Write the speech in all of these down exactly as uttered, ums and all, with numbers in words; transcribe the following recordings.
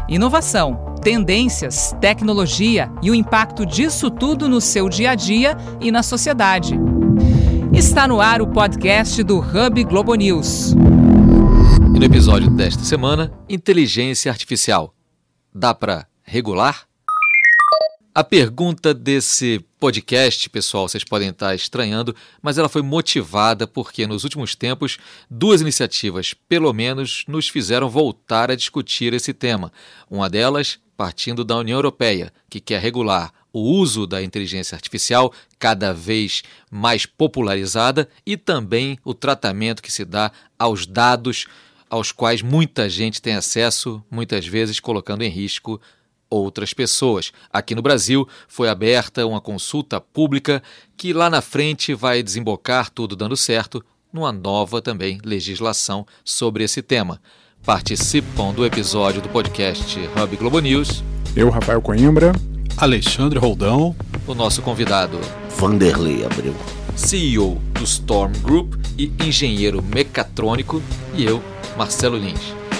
Inovação, tendências, tecnologia e o impacto disso tudo no seu dia a dia e na sociedade. Está no ar o podcast do Hub Globo News. E no episódio desta semana, inteligência artificial. Dá para regular? A pergunta desse podcast, pessoal, vocês podem estar estranhando, mas ela foi motivada porque nos últimos tempos, duas iniciativas, pelo menos, nos fizeram voltar a discutir esse tema. Uma delas, partindo da União Europeia, que quer regular o uso da inteligência artificial cada vez mais popularizada e também o tratamento que se dá aos dados aos quais muita gente tem acesso, muitas vezes colocando em risco outras pessoas. Aqui no Brasil foi aberta uma consulta pública que lá na frente vai desembocar, tudo dando certo, numa nova também legislação sobre esse tema. Participam do episódio do podcast Hub Globo News eu, Rafael Coimbra, Alexandre Roldão, o nosso convidado Vanderlei Abreu, C E O do Storm Group e engenheiro mecatrônico, e eu, Marcelo Lins.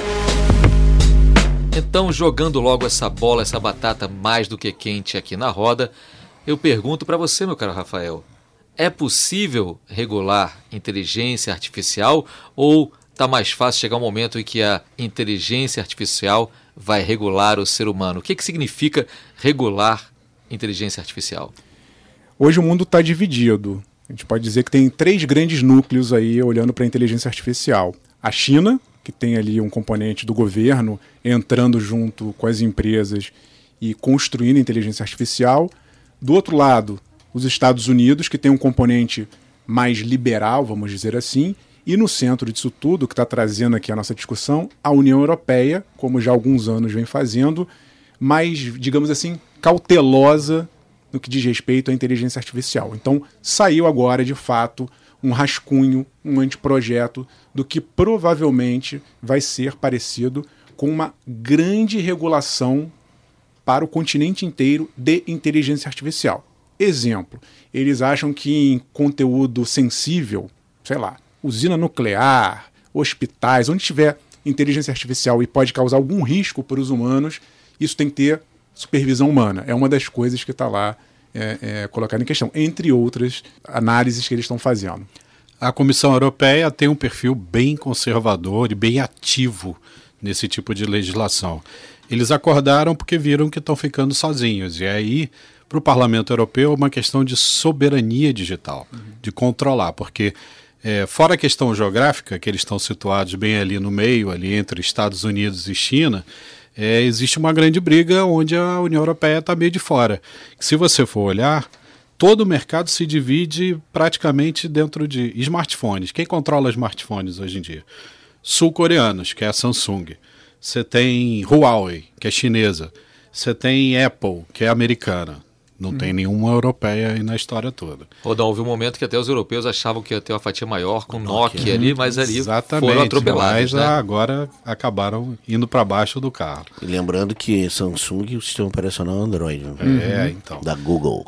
Então, jogando logo essa bola, essa batata mais do que quente aqui na roda, eu pergunto para você, meu caro Rafael, é possível regular inteligência artificial ou está mais fácil chegar um momento em que a inteligência artificial vai regular o ser humano? O que, que significa regular inteligência artificial? Hoje o mundo está dividido. A gente pode dizer que tem três grandes núcleos aí olhando para a inteligência artificial. A China, que tem ali um componente do governo entrando junto com as empresas e construindo inteligência artificial. Do outro lado, os Estados Unidos, que tem um componente mais liberal, vamos dizer assim. E no centro disso tudo, que está trazendo aqui a nossa discussão, a União Europeia, como já há alguns anos vem fazendo, mais, digamos assim, cautelosa no que diz respeito à inteligência artificial. Então, saiu agora, de fato, um rascunho, um anteprojeto do que provavelmente vai ser parecido com uma grande regulação para o continente inteiro de inteligência artificial. Exemplo, eles acham que em conteúdo sensível, sei lá, usina nuclear, hospitais, onde tiver inteligência artificial e pode causar algum risco para os humanos, isso tem que ter supervisão humana. É uma das coisas que está lá É, é, colocado em questão, entre outras análises que eles estão fazendo. A Comissão Europeia tem um perfil bem conservador e bem ativo nesse tipo de legislação. Eles acordaram porque viram que estão ficando sozinhos. E aí, para o Parlamento Europeu, é uma questão de soberania digital, uhum. de controlar, porque é, fora a questão geográfica, que eles estão situados bem ali no meio, ali entre Estados Unidos e China, É, existe uma grande briga onde a União Europeia está meio de fora. Se você for olhar, todo o mercado se divide praticamente dentro de smartphones. Quem controla smartphones hoje em dia? Sul-coreanos, que é a Samsung. Você tem Huawei, que é chinesa. Você tem Apple, que é americana. Não hum. tem nenhuma europeia aí na história toda. Rodão, houve um momento que até os europeus achavam que ia ter uma fatia maior com Nokia, Nokia ali, mas ali Exatamente, foram atropelados. Mas né? agora acabaram indo para baixo do carro. E lembrando que Samsung, o sistema operacional Android. Né? É, então. Da Google.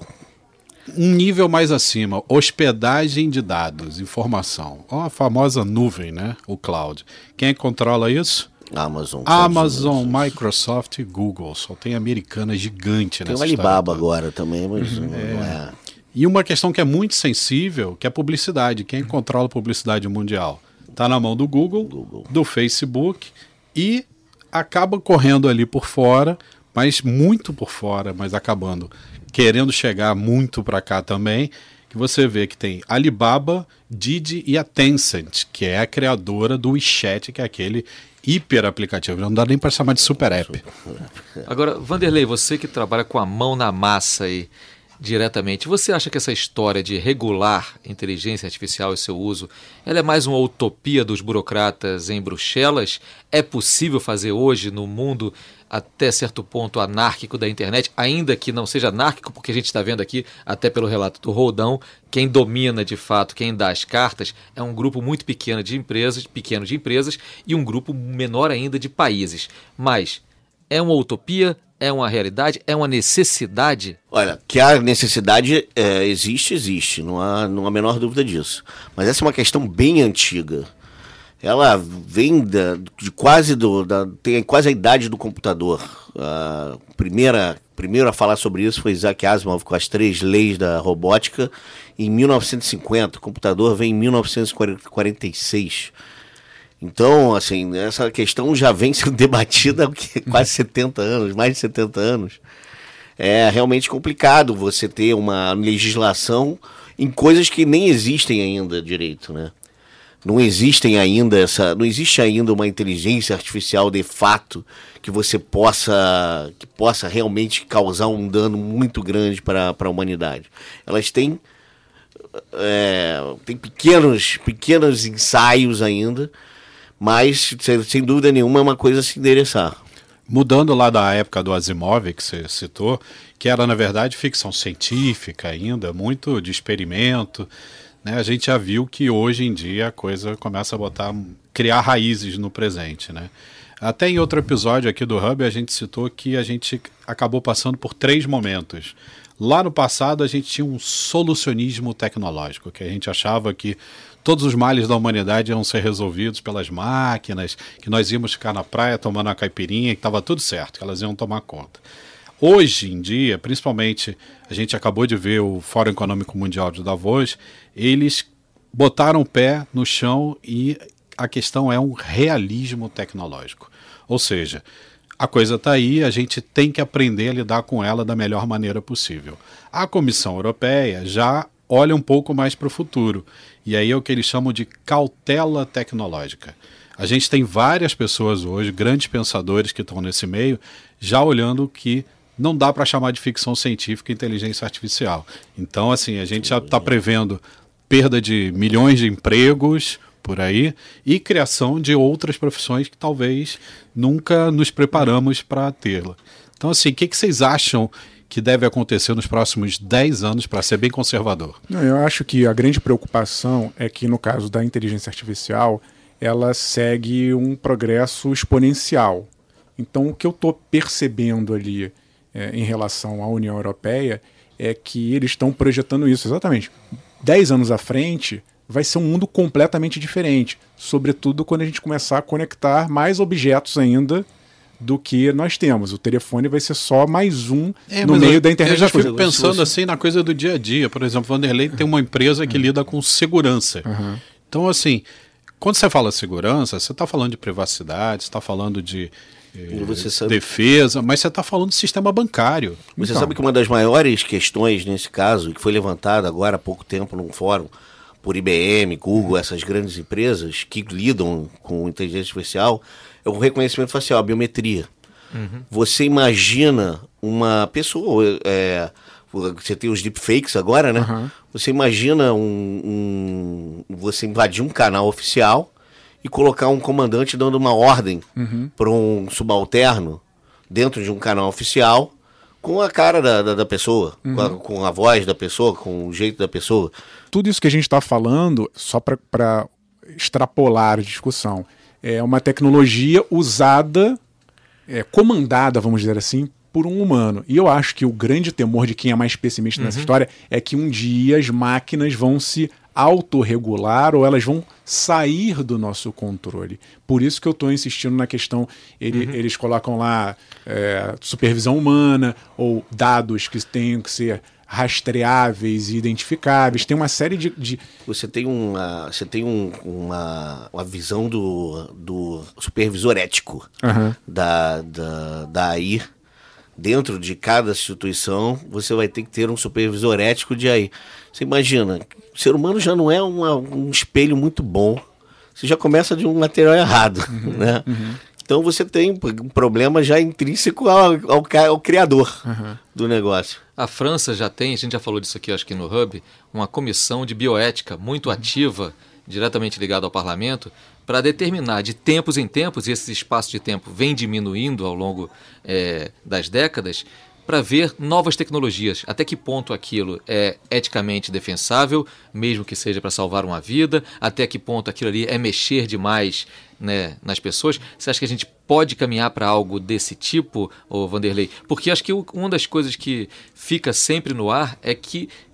Um nível mais acima, hospedagem de dados, informação. Ó, a famosa nuvem, né? O cloud. Quem é que controla isso? Amazon. Amazon, Microsoft e Google. Só tem americana gigante nessa história. Tem o Alibaba agora também, mas uhum. não é. é. E uma questão que é muito sensível, que é a publicidade. Quem controla a publicidade mundial? Está na mão do Google, Google, do Facebook e acaba correndo ali por fora, mas muito por fora, mas acabando querendo chegar muito para cá também, que você vê que tem Alibaba, Didi e a Tencent, que é a criadora do WeChat, que é aquele hiper aplicativo, não dá nem para chamar de super app. Agora, Vanderlei, você que trabalha com a mão na massa aí diretamente, você acha que essa história de regular inteligência artificial e seu uso, ela é mais uma utopia dos burocratas em Bruxelas? É possível fazer hoje no mundo até certo ponto anárquico da internet, ainda que não seja anárquico, porque a gente está vendo aqui, até pelo relato do Roldão, quem domina de fato, quem dá as cartas, é um grupo muito pequeno de empresas, pequeno de empresas e um grupo menor ainda de países. Mas é uma utopia? É uma realidade? É uma necessidade? Olha, que a necessidade é, existe, existe. Não há, não há a menor dúvida disso. Mas essa é uma questão bem antiga. ela vem da, de quase do, da, tem quase a idade do computador. A primeira, primeiro a falar sobre isso foi Isaac Asimov com as três leis da robótica em mil novecentos e cinquenta. O computador vem em mil novecentos e quarenta e seis. Então, assim, essa questão já vem sendo debatida há quase setenta anos, mais de setenta anos. É realmente complicado você ter uma legislação em coisas que nem existem ainda direito, né? Não existem ainda essa, não existe ainda uma inteligência artificial de fato que você possa, que possa realmente causar um dano muito grande para a humanidade. Elas têm, é, têm pequenos, pequenos ensaios ainda, mas sem, sem dúvida nenhuma é uma coisa a se endereçar. Mudando lá da época do Asimov, que você citou, que era, na verdade, ficção científica ainda, muito de experimento, né? A gente já viu que hoje em dia a coisa começa a botar, criar raízes no presente, né? Até em outro episódio aqui do Hub, a gente citou que a gente acabou passando por três momentos. Lá no passado, a gente tinha um solucionismo tecnológico, que a gente achava que todos os males da humanidade iam ser resolvidos pelas máquinas, que nós íamos ficar na praia tomando uma caipirinha, que estava tudo certo, que elas iam tomar conta. Hoje em dia, principalmente, a gente acabou de ver o Fórum Econômico Mundial de Davos, eles botaram o pé no chão e a questão é um realismo tecnológico. Ou seja, a coisa está aí, a gente tem que aprender a lidar com ela da melhor maneira possível. A Comissão Europeia já olha um pouco mais para o futuro. E aí é o que eles chamam de cautela tecnológica. A gente tem várias pessoas hoje, grandes pensadores que estão nesse meio, já olhando que não dá para chamar de ficção científica inteligência artificial. Então, assim, a gente já está prevendo perda de milhões de empregos por aí e criação de outras profissões que talvez nunca nos preparamos para tê-la. Então, assim, o que, que vocês acham que deve acontecer nos próximos dez anos, para ser bem conservador? Não, eu acho que a grande preocupação é que, no caso da inteligência artificial, ela segue um progresso exponencial. Então, o que eu estou percebendo ali é, em relação à União Europeia é que eles estão projetando isso exatamente. Dez anos à frente vai ser um mundo completamente diferente, sobretudo quando a gente começar a conectar mais objetos ainda do que nós temos. O telefone vai ser só mais um é, no meio eu, da internet. Eu já fico pensando assim na coisa do dia a dia. Por exemplo, Vanderlei tem uma empresa que lida com segurança. Uhum. Então, assim, quando você fala segurança, você está falando de privacidade, você está falando de eh, sabe... defesa, mas você está falando de sistema bancário. Você então. sabe que uma das maiores questões nesse caso, que foi levantada agora há pouco tempo num fórum por I B M, Google, essas grandes empresas que lidam com inteligência artificial, é o reconhecimento facial, a biometria. Uhum. Você imagina uma pessoa, é, você tem os deepfakes agora, né? Uhum. Você imagina um, um, você invadir um canal oficial e colocar um comandante dando uma ordem uhum. para um subalterno dentro de um canal oficial com a cara da, da, da pessoa, uhum. com, a, com a voz da pessoa, com o jeito da pessoa. Tudo isso que a gente está falando, só para extrapolar a discussão, é uma tecnologia usada, é, comandada, vamos dizer assim, por um humano. E eu acho que o grande temor de quem é mais pessimista uhum. nessa história é que um dia as máquinas vão se autorregular ou elas vão sair do nosso controle. Por isso que eu estou insistindo na questão, ele, uhum. eles colocam lá é, supervisão humana ou dados que tenham que ser rastreáveis e identificáveis. Tem uma série de... de... Você tem, uma, você tem um, uma, uma visão do, do supervisor ético uhum. da, da, da A I. Dentro de cada instituição, você vai ter que ter um supervisor ético de A I. Você imagina, o ser humano já não é uma, um espelho muito bom. Você já começa de um material errado, uhum, né? Uhum. Então você tem um problema já intrínseco ao, ao, ao criador uhum. do negócio. A França já tem, a gente já falou disso aqui, acho que no Hub, uma comissão de bioética muito ativa, diretamente ligada ao parlamento, para determinar de tempos em tempos, e esse espaço de tempo vem diminuindo ao longo é, das décadas, para ver novas tecnologias, até que ponto aquilo é eticamente defensável, mesmo que seja para salvar uma vida, até que ponto aquilo ali é mexer demais, né, nas pessoas. Você acha que a gente pode caminhar para algo desse tipo, ô Vanderlei? Porque acho que uma das coisas que fica sempre no ar é que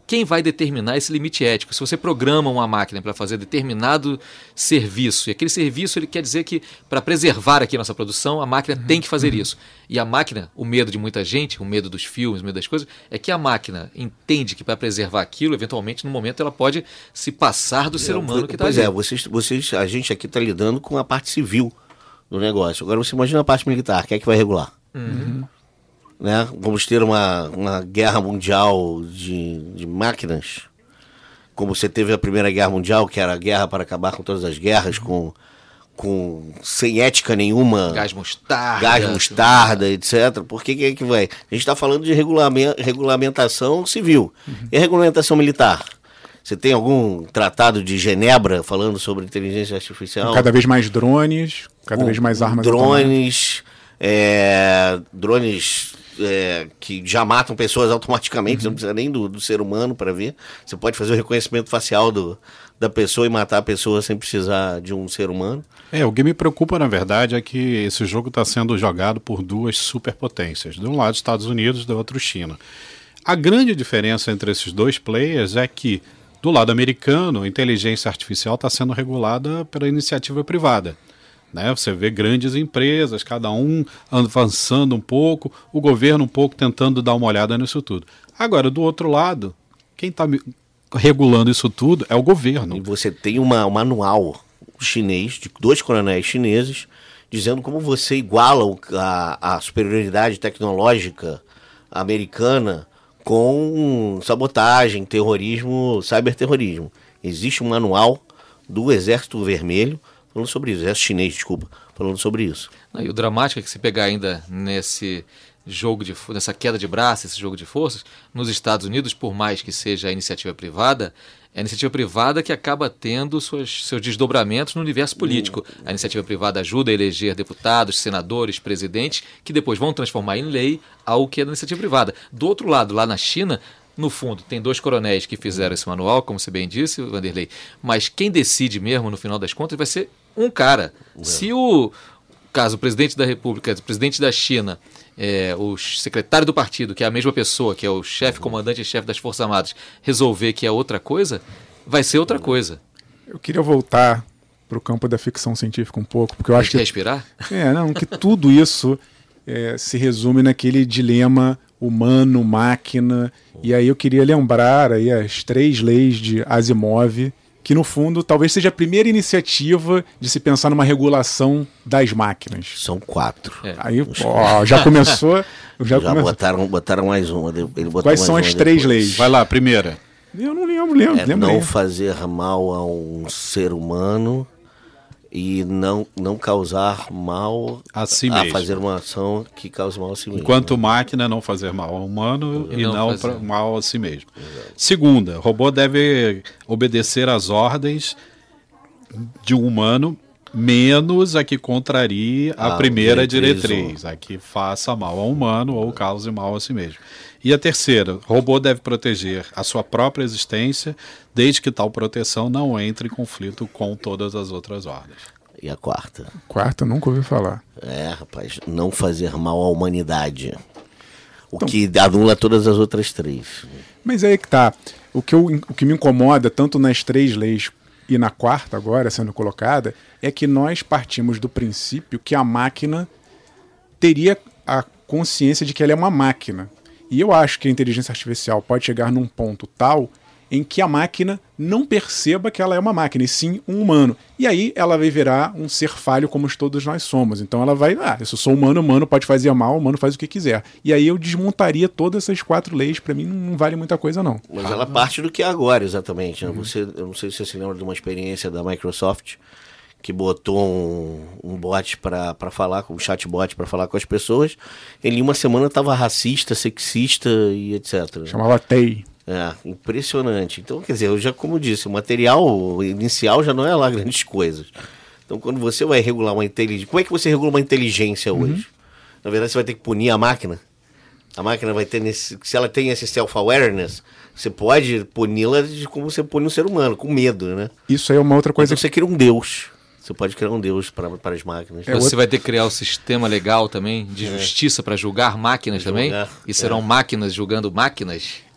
quem vai determinar esse limite ético? Se você programa uma máquina para fazer determinado serviço, e aquele serviço ele quer dizer que para preservar aqui a nossa produção, a máquina uhum. tem que fazer uhum. isso. E a máquina, o medo de muita gente, o medo dos filmes, o medo das coisas, é que a máquina entende que para preservar aquilo, eventualmente, no momento, ela pode se passar do é, ser humano que está ali. Pois é, vocês, vocês, a gente aqui está lidando com a parte civil do negócio. Agora você imagina a parte militar, quem é que vai regular? Uhum. Né? Vamos ter uma, uma guerra mundial de, de máquinas, como você teve a Primeira Guerra Mundial, que era a guerra para acabar com todas as guerras, com, com sem ética nenhuma, gás mostarda, gás mostarda, etcétera. Por que, que é que vai? A gente está falando de regulamento, regulamentação civil. Uhum. E a regulamentação militar? Você tem algum tratado de Genebra falando sobre inteligência artificial? Cada vez mais drones, cada um, vez mais armas drones, é, drones é, que já matam pessoas automaticamente, uhum. não precisa nem do, do ser humano para ver. Você pode fazer o reconhecimento facial do, da pessoa e matar a pessoa sem precisar de um ser humano. É, o que me preocupa, na verdade, é que esse jogo está sendo jogado por duas superpotências. De um lado, Estados Unidos, do outro, China. A grande diferença entre esses dois players é que, do lado americano, a inteligência artificial está sendo regulada pela iniciativa privada. Né? Você vê grandes empresas, cada um avançando um pouco, o governo um pouco tentando dar uma olhada nisso tudo. Agora, do outro lado, quem está regulando isso tudo é o governo. E você tem uma, um manual chinês, de dois coronéis chineses, dizendo como você iguala a, a superioridade tecnológica americana com sabotagem, terrorismo, cyberterrorismo. Existe um manual do Exército Vermelho falando sobre isso, Exército Chinês, desculpa, falando sobre isso. E o dramático é que se pegar ainda nesse jogo de nessa queda de braço, esse jogo de forças, nos Estados Unidos, por mais que seja a iniciativa privada, é a iniciativa privada que acaba tendo suas, seus desdobramentos no universo político. A iniciativa privada ajuda a eleger deputados, senadores, presidentes, que depois vão transformar em lei algo que é da iniciativa privada. Do outro lado, lá na China, no fundo, tem dois coronéis que fizeram esse manual, como você bem disse, Vanderlei, mas quem decide mesmo, no final das contas, vai ser um cara. É. Se o caso o presidente da República, o presidente da China, é, o secretário do partido, que é a mesma pessoa, que é o chefe, comandante e chefe das Forças Armadas, resolver que é outra coisa, vai ser outra coisa. Eu queria voltar para o campo da ficção científica um pouco, porque eu acho que... respirar? É, não, que tudo isso é, se resume naquele dilema humano-máquina, e aí eu queria lembrar aí as três leis de Asimov, que no fundo talvez seja a primeira iniciativa de se pensar numa regulação das máquinas. São quatro. É. Aí ó, já começou... Já, já come... botaram, botaram mais uma. Ele Quais são as três depois. leis? Vai lá, primeira. Eu não lembro, lembro. É lembro não aí. fazer mal a um ser humano e não, não causar mal a si a mesmo. fazer uma ação que cause mal a si mesmo. Enquanto máquina, não fazer mal ao humano e, e não, não pra, mal a si mesmo. Exato. Segunda, o robô deve obedecer às ordens de um humano, menos a que contrarie a, a primeira diretriz, diretriz a que faça mal ao humano ou cause mal a si mesmo. E a terceira, o robô deve proteger a sua própria existência, desde que tal proteção não entre em conflito com todas as outras ordens. E a quarta? Quarta, nunca ouvi falar. É, rapaz, não fazer mal à humanidade. O então, que anula todas as outras três. Mas aí que tá. O que, eu, o que me incomoda, tanto nas três leis e na quarta agora sendo colocada, é que nós partimos do princípio que a máquina teria a consciência de que ela é uma máquina. E eu acho que a inteligência artificial pode chegar num ponto tal em que a máquina não perceba que ela é uma máquina, e sim um humano. E aí ela vai virar um ser falho como todos nós somos. Então ela vai, ah, eu sou humano, humano pode fazer mal, humano faz o que quiser. E aí eu desmontaria todas essas quatro leis, pra mim não vale muita coisa não. Mas ela parte do que é agora, exatamente. Né? Uhum. Você, eu não sei se você se lembra de uma experiência da Microsoft, que botou um, um bot para falar, um chatbot para falar com as pessoas. Ele em uma semana estava racista, sexista e etcétera. Chamava T E I. É, impressionante. Então, quer dizer, eu já, como disse, o material inicial já não é lá grandes coisas. Então, quando você vai regular uma inteligência... Como é que você regula uma inteligência hoje? Uhum. Na verdade, você vai ter que punir a máquina. A máquina vai ter... Nesse, se ela tem esse self-awareness, você pode puni-la de como você pune um ser humano, com medo, né? Isso aí é uma outra coisa... Então, você cria um deus. Você pode criar um deus para, para as máquinas. É, você outro... vai ter que criar um sistema legal também, de é. justiça para julgar máquinas também? Julgar. E serão é. máquinas julgando máquinas?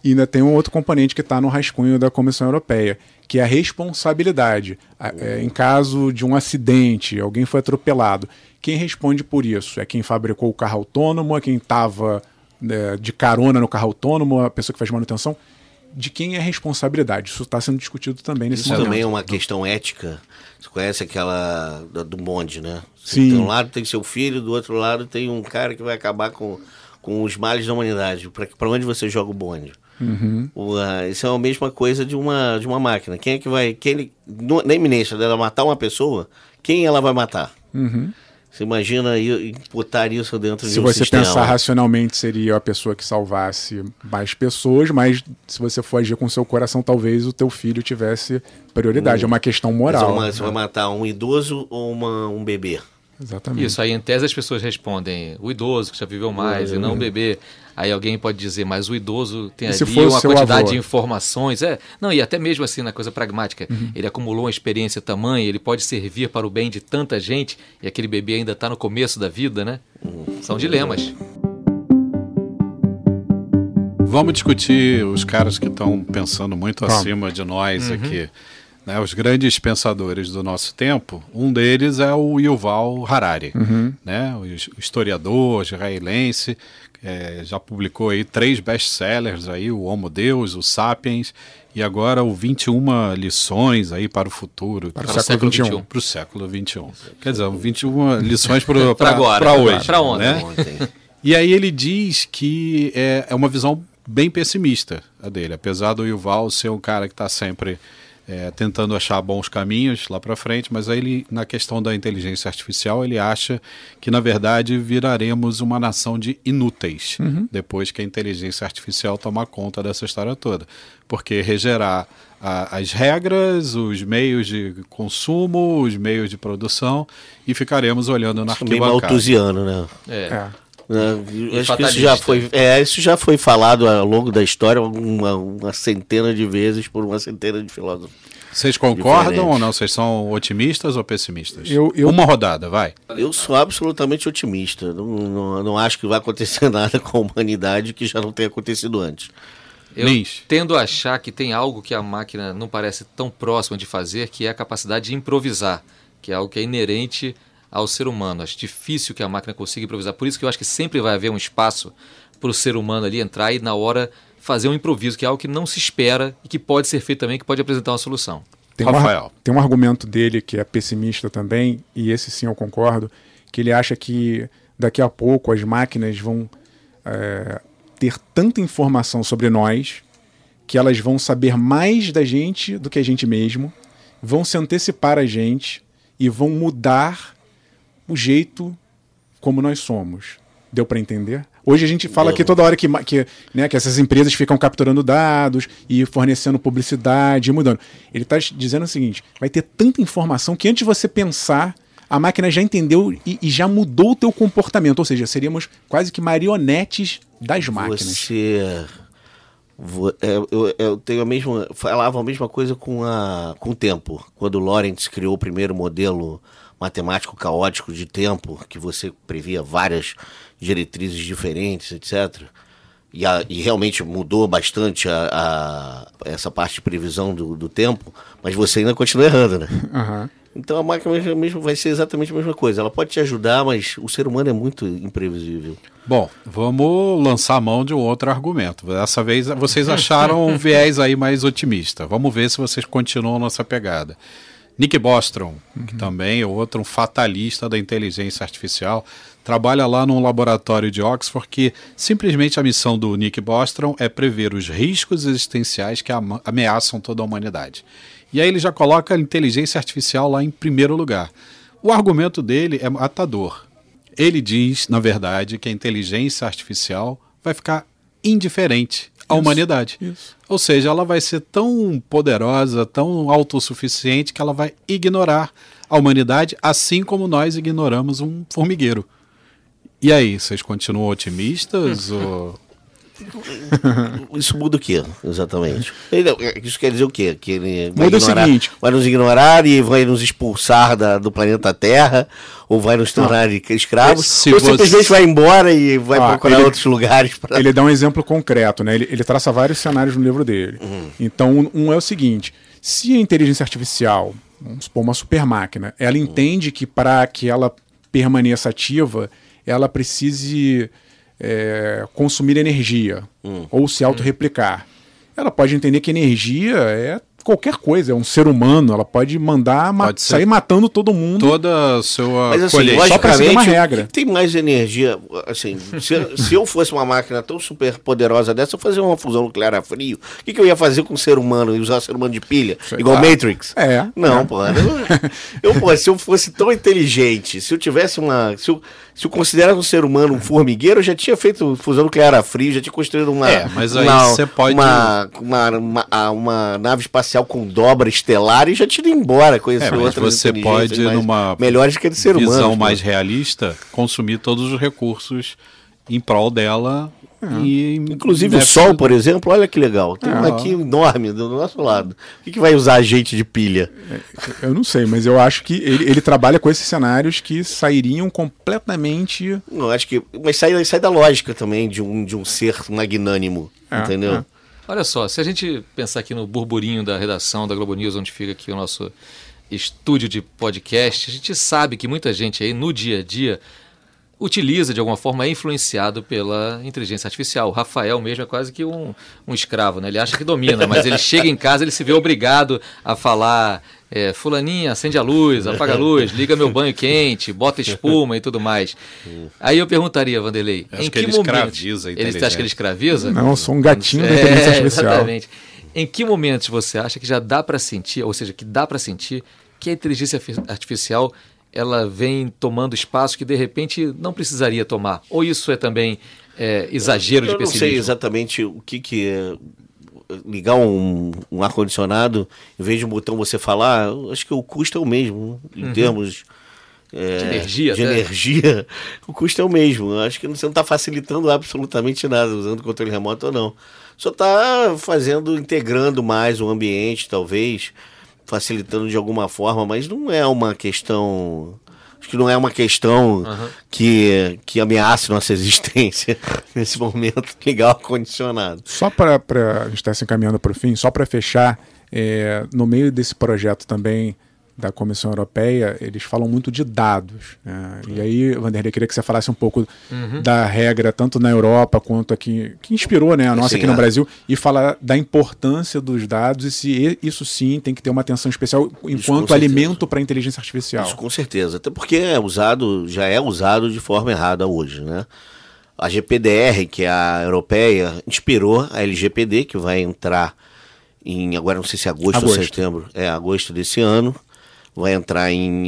E ainda tem um outro componente que está no rascunho da Comissão Europeia, que é a responsabilidade. É, em caso de um acidente, alguém foi atropelado, quem responde por isso? É quem fabricou o carro autônomo, é quem estava é, de carona no carro autônomo, a pessoa que faz manutenção? De quem é a responsabilidade? Isso está sendo discutido também nesse Isso momento. também é uma questão ética. Você conhece aquela do, do bonde, né? Sim. De um lado tem seu filho, do outro lado tem um cara que vai acabar com, com os males da humanidade. Para onde você joga o bonde? Uhum. O, uh, isso é a mesma coisa de uma, de uma máquina. Quem é que vai... Quem, no, na iminência dela matar uma pessoa, quem ela vai matar? Uhum. Você imagina imputar isso dentro se de um você sistema. pensar racionalmente, seria a pessoa que salvasse mais pessoas, mas se você for agir com seu coração, talvez o teu filho tivesse prioridade. Hum. É uma questão moral. Uma, né? Você vai matar um idoso ou uma, um bebê? Exatamente. Isso, aí em tese as pessoas respondem o idoso que já viveu mais é, e não o bebê. Aí alguém pode dizer, mas o idoso tem ali uma quantidade avô? de informações. É, não, e até mesmo assim na coisa pragmática, uhum. ele acumulou uma experiência tamanha, ele pode servir para o bem de tanta gente e aquele bebê ainda está no começo da vida, né? Uhum. São dilemas. Vamos discutir os caras que estão pensando muito Vamos. acima de nós uhum. aqui. Né, os grandes pensadores do nosso tempo, um deles é o Yuval Harari, uhum. né, o historiador israelense, é, já publicou aí três best-sellers, aí, o Homo Deus, o Sapiens, e agora o vinte e uma lições aí para o futuro. Para, para o século vinte e um. Para o século vinte e um. Quer dizer, vinte e uma lições para agora, para hoje. Para ontem. Né? ontem. E aí ele diz que é, é uma visão bem pessimista a dele, apesar do Yuval ser um cara que está sempre... É, tentando achar bons caminhos lá para frente, mas aí ele, na questão da inteligência artificial, ele acha que, na verdade, viraremos uma nação de inúteis, uhum. depois que a inteligência artificial tomar conta dessa história toda. Porque regerá a, as regras, os meios de consumo, os meios de produção, e ficaremos olhando na arquibancada. Meio malthusiano, né? É. é. Uh, acho que isso já, foi, é, isso já foi falado ao longo da história uma, uma centena de vezes por uma centena de filósofos. Vocês concordam diferentes. ou não? Vocês são otimistas ou pessimistas? Eu, eu... Uma rodada, vai. Eu sou absolutamente otimista. Não, não, não acho que vai acontecer nada com a humanidade que já não tenha acontecido antes. Eu Lins. tendo a achar que tem algo que a máquina não parece tão próxima de fazer, que é a capacidade de improvisar, que é algo que é inerente ao ser humano. Acho difícil que a máquina consiga improvisar. Por isso que eu acho que sempre vai haver um espaço para o ser humano ali entrar e, na hora, fazer um improviso, que é algo que não se espera e que pode ser feito também, que pode apresentar uma solução. Tem, Rafael. Um, tem um argumento dele que é pessimista também, e esse sim eu concordo, que ele acha que daqui a pouco as máquinas vão é, ter tanta informação sobre nós que elas vão saber mais da gente do que a gente mesmo, vão se antecipar a gente e vão mudar o jeito como nós somos. Deu para entender? Hoje a gente fala Deu. aqui toda hora que, que, né, que essas empresas ficam capturando dados e fornecendo publicidade e mudando. Ele está dizendo o seguinte, vai ter tanta informação que antes de você pensar, a máquina já entendeu e, e já mudou o teu comportamento. Ou seja, seríamos quase que marionetes das máquinas. Você... Eu, eu, eu tenho a mesma, falava a mesma coisa com, a, com o tempo. Quando o Lorentz criou o primeiro modelo matemático caótico de tempo, que você previa várias diretrizes diferentes, etcétera. E, a, e realmente mudou bastante a, a, essa parte de previsão do, do tempo, mas você ainda continua errando, né? Uhum. Então a máquina mesmo vai ser exatamente a mesma coisa. Ela pode te ajudar, mas o ser humano é muito imprevisível. Bom, vamos lançar a mão de um outro argumento. Dessa vez vocês acharam um viés aí mais otimista. Vamos ver se vocês continuam nessa pegada. Nick Bostrom, uhum. que também é outro um fatalista da inteligência artificial, trabalha lá num laboratório de Oxford que simplesmente a missão do Nick Bostrom é prever os riscos existenciais que ameaçam toda a humanidade. E aí ele já coloca a inteligência artificial lá em primeiro lugar. O argumento dele é matador. Ele diz, na verdade, que a inteligência artificial vai ficar indiferente à isso, humanidade. Isso. Ou seja, ela vai ser tão poderosa, tão autossuficiente, que ela vai ignorar a humanidade, assim como nós ignoramos um formigueiro. E aí, vocês continuam otimistas? ou... Isso muda o quê, exatamente? Ele, isso quer dizer o quê? Que ele vai, muda ignorar, o seguinte. vai nos ignorar e vai nos expulsar da, do planeta Terra, ou vai nos tornar não. escravos, Se ou você... simplesmente vai embora e vai ah, procurar ele, outros lugares. Pra... Ele dá um exemplo concreto, né? Ele, ele traça vários cenários no livro dele. Uhum. Então, um, um é o seguinte, se a inteligência artificial, vamos supor uma super máquina, ela entende que para que ela permaneça ativa, ela precise é, consumir energia hum. ou se autorreplicar. Ela pode entender que energia é qualquer coisa, é um ser humano, ela pode mandar ma pode sair matando todo mundo. Toda a sua Mas, assim, só para seguir uma regra. Tem mais energia, assim, se, se eu fosse uma máquina tão super poderosa dessa, eu fazia uma fusão nuclear a frio. O que, que eu ia fazer com o ser humano? Usar o ser humano de pilha? Sei igual lá. Matrix? É. Não, é. pô. Eu, eu, pô, se eu fosse tão inteligente, se eu tivesse uma... Se eu, se eu considerasse um ser humano um formigueiro, eu já tinha feito fusão nuclear a frio, já tinha construído uma... É, mas aí uma, você pode... Uma, uma, uma, uma nave espacial com dobra estelar e já tinha ido embora, conhecer é, outras você pode, mais, numa melhores que a de ser humano. Visão mais realista, consumir todos os recursos em prol dela. É. E, inclusive o Sol, por exemplo, olha que legal. Tem é. um aqui enorme do nosso lado. O que, que vai usar a gente de pilha? Eu não sei, mas eu acho que ele, ele trabalha com esses cenários que sairiam completamente... Não, acho que... Mas sai, sai da lógica também de um, de um ser magnânimo, é, entendeu? É. Olha só, se a gente pensar aqui no burburinho da redação da Globo News, onde fica aqui o nosso estúdio de podcast, a gente sabe que muita gente aí no dia a dia utiliza de alguma forma, é influenciado pela inteligência artificial. O Rafael mesmo é quase que um, um escravo, né? Ele acha que domina, mas ele chega em casa, ele se vê obrigado a falar é, fulaninha, acende a luz, apaga a luz, liga meu banho quente, bota espuma e tudo mais. Aí eu perguntaria, Vanderlei, eu acho em que, que ele momento... escraviza a ele acha que ele escraviza? Não, eu sou um gatinho da inteligência é, artificial. Exatamente. Em que momentos você acha que já dá para sentir, ou seja, que dá para sentir que a inteligência artificial ela vem tomando espaço que de repente não precisaria tomar? Ou isso é também é, exagero eu, eu de pessimismo? Eu não sei exatamente o que, que é ligar um, um ar-condicionado, em vez de um botão você falar, acho que o custo é o mesmo, em uhum. termos... É, de energia, de energia, o custo é o mesmo. Eu acho que você não está facilitando absolutamente nada, usando controle remoto ou não. Só está fazendo, integrando mais o ambiente, talvez, facilitando de alguma forma, mas não é uma questão... Acho que não é uma questão uhum. que, que ameace nossa existência nesse momento, ligar o ar-condicionado. Só para a gente estar se encaminhando para o fim, só para fechar, é, no meio desse projeto também da Comissão Europeia, eles falam muito de dados. Né? E aí, Vanderlei, queria que você falasse um pouco uhum. da regra, tanto na Europa quanto aqui, que inspirou né, a nossa sim, aqui no é. Brasil, e falar da importância dos dados e se isso sim tem que ter uma atenção especial enquanto alimento para a inteligência artificial. Isso com certeza, até porque é usado, já é usado de forma errada hoje. Né? A G P D R, que é a europeia, inspirou a L G P D, que vai entrar em, agora não sei se é agosto, agosto. ou setembro, é agosto desse ano, vai entrar em,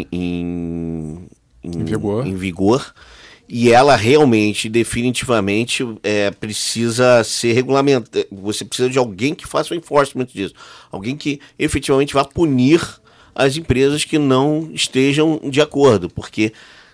em, em, em, vigor. em vigor, e ela realmente, definitivamente, é, precisa ser regulamentada. Você precisa de alguém que faça o enforcement disso, alguém que efetivamente vá punir as empresas que não estejam de acordo, porque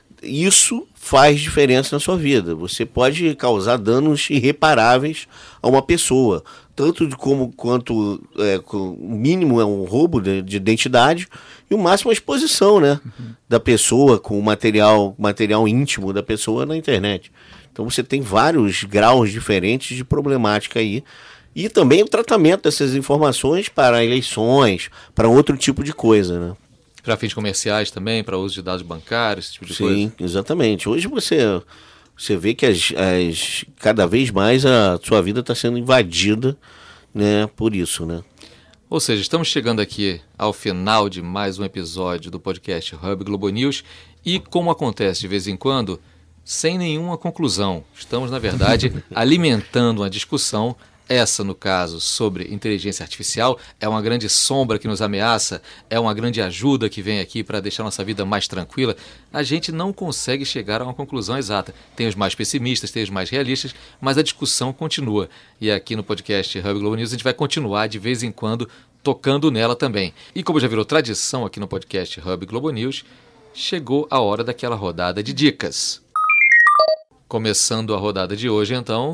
isso faz diferença na sua vida. Você pode causar danos irreparáveis a uma pessoa, tanto de como quanto é, o mínimo é um roubo de, de identidade e o máximo a exposição, né, uhum. da pessoa com o material, material íntimo da pessoa na internet. Então você tem vários graus diferentes de problemática aí. E também o tratamento dessas informações para eleições, para outro tipo de coisa, né? Para fins comerciais também, para uso de dados bancários, esse tipo de Sim, coisa? Sim, exatamente. Hoje você, você vê que as, as, cada vez mais a sua vida está sendo invadida, né, por isso, né? Ou seja, estamos chegando aqui ao final de mais um episódio do podcast Hub Globo News e, como acontece de vez em quando, sem nenhuma conclusão. Estamos, na verdade, alimentando uma discussão. Essa, no caso, sobre inteligência artificial, é uma grande sombra que nos ameaça, é uma grande ajuda que vem aqui para deixar nossa vida mais tranquila. A gente não consegue chegar a uma conclusão exata. Tem os mais pessimistas, tem os mais realistas, mas a discussão continua. E aqui no podcast Hub Globo News a gente vai continuar de vez em quando tocando nela também. E como já virou tradição aqui no podcast Hub Globo News, chegou a hora daquela rodada de dicas. Começando a rodada de hoje, então...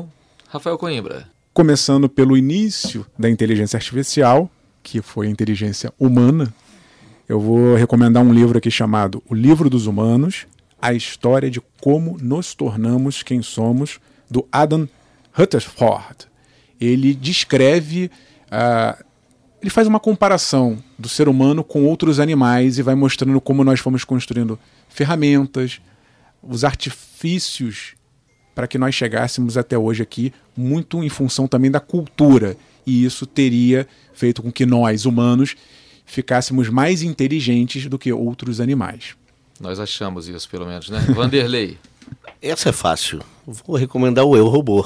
Rafael Coimbra. Começando pelo início da inteligência artificial, que foi a inteligência humana, eu vou recomendar um livro aqui chamado O Livro dos Humanos, a história de como nos tornamos quem somos, do Adam Rutherford. Ele descreve, uh, ele faz uma comparação do ser humano com outros animais e vai mostrando como nós fomos construindo ferramentas, os artifícios para que nós chegássemos até hoje aqui, muito em função também da cultura. E isso teria feito com que nós, humanos, ficássemos mais inteligentes do que outros animais. Nós achamos isso, pelo menos, né? Vanderlei. Essa é fácil. Vou recomendar o Eu, Robô,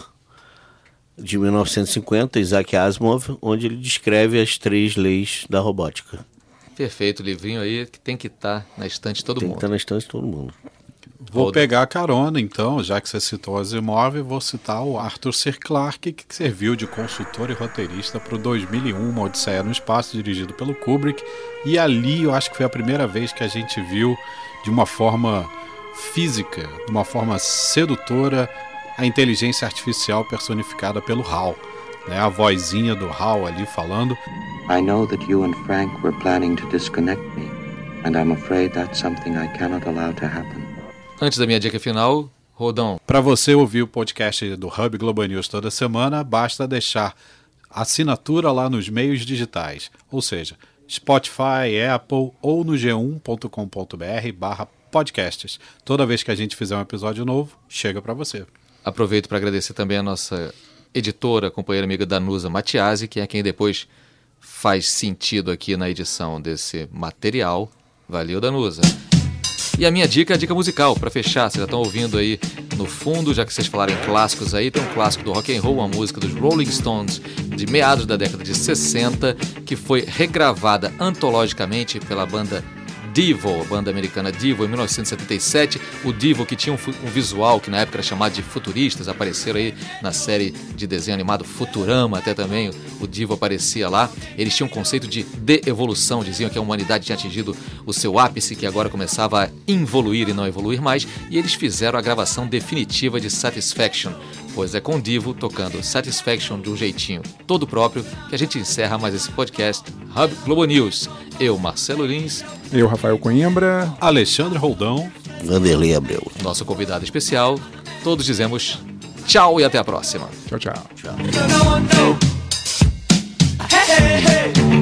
de mil novecentos e cinquenta, Isaac Asimov, onde ele descreve as três leis da robótica. Perfeito, o livrinho aí que tem que estar na estante de todo tem mundo. Tem que estar na estante de todo mundo. Vou pegar a carona, então, já que você citou Asimov, vou citar o Arthur C. Clarke, que serviu de consultor e roteirista para o dois mil e um, Uma Odisseia no Espaço, dirigido pelo Kubrick. E ali eu acho que foi a primeira vez que a gente viu de uma forma física, de uma forma sedutora, a inteligência artificial personificada pelo Hal. Né? A vozinha do Hal ali falando. I know that you and Frank were planning to disconnect me, and I'm afraid that's something I cannot allow to happen. Antes da minha dica final, Rodão. Para você ouvir o podcast do Hub Globo News toda semana, basta deixar assinatura lá nos meios digitais, ou seja, Spotify, Apple ou no g um ponto com ponto b r barra podcasts. Toda vez que a gente fizer um episódio novo, chega para você. Aproveito para agradecer também a nossa editora, companheira amiga Danusa Matiasi, que é quem depois faz sentido aqui na edição desse material. Valeu, Danusa. E a minha dica é a dica musical, para fechar. Vocês já estão ouvindo aí no fundo, já que vocês falaram em clássicos aí, tem um clássico do rock and roll, uma música dos Rolling Stones de meados da década de sessenta, que foi regravada antologicamente pela banda Devo, a banda americana Devo, em mil novecentos e setenta e sete. O Devo, que tinha um, um visual que na época era chamado de futuristas, apareceram aí na série de desenho animado Futurama, até também o Devo aparecia lá. Eles tinham um conceito de de-evolução, diziam que a humanidade tinha atingido o seu ápice, que agora começava a involuir e não evoluir mais, e eles fizeram a gravação definitiva de Satisfaction, pois é com o Devo tocando Satisfaction de um jeitinho todo próprio que a gente encerra mais esse podcast Hub Globo News. Eu, Marcelo Lins. Eu, Rafael Coimbra. Alexandre Roldão. Vanderlei Abreu. Nosso convidado especial. Todos dizemos tchau e até a próxima. Tchau, tchau. Tchau.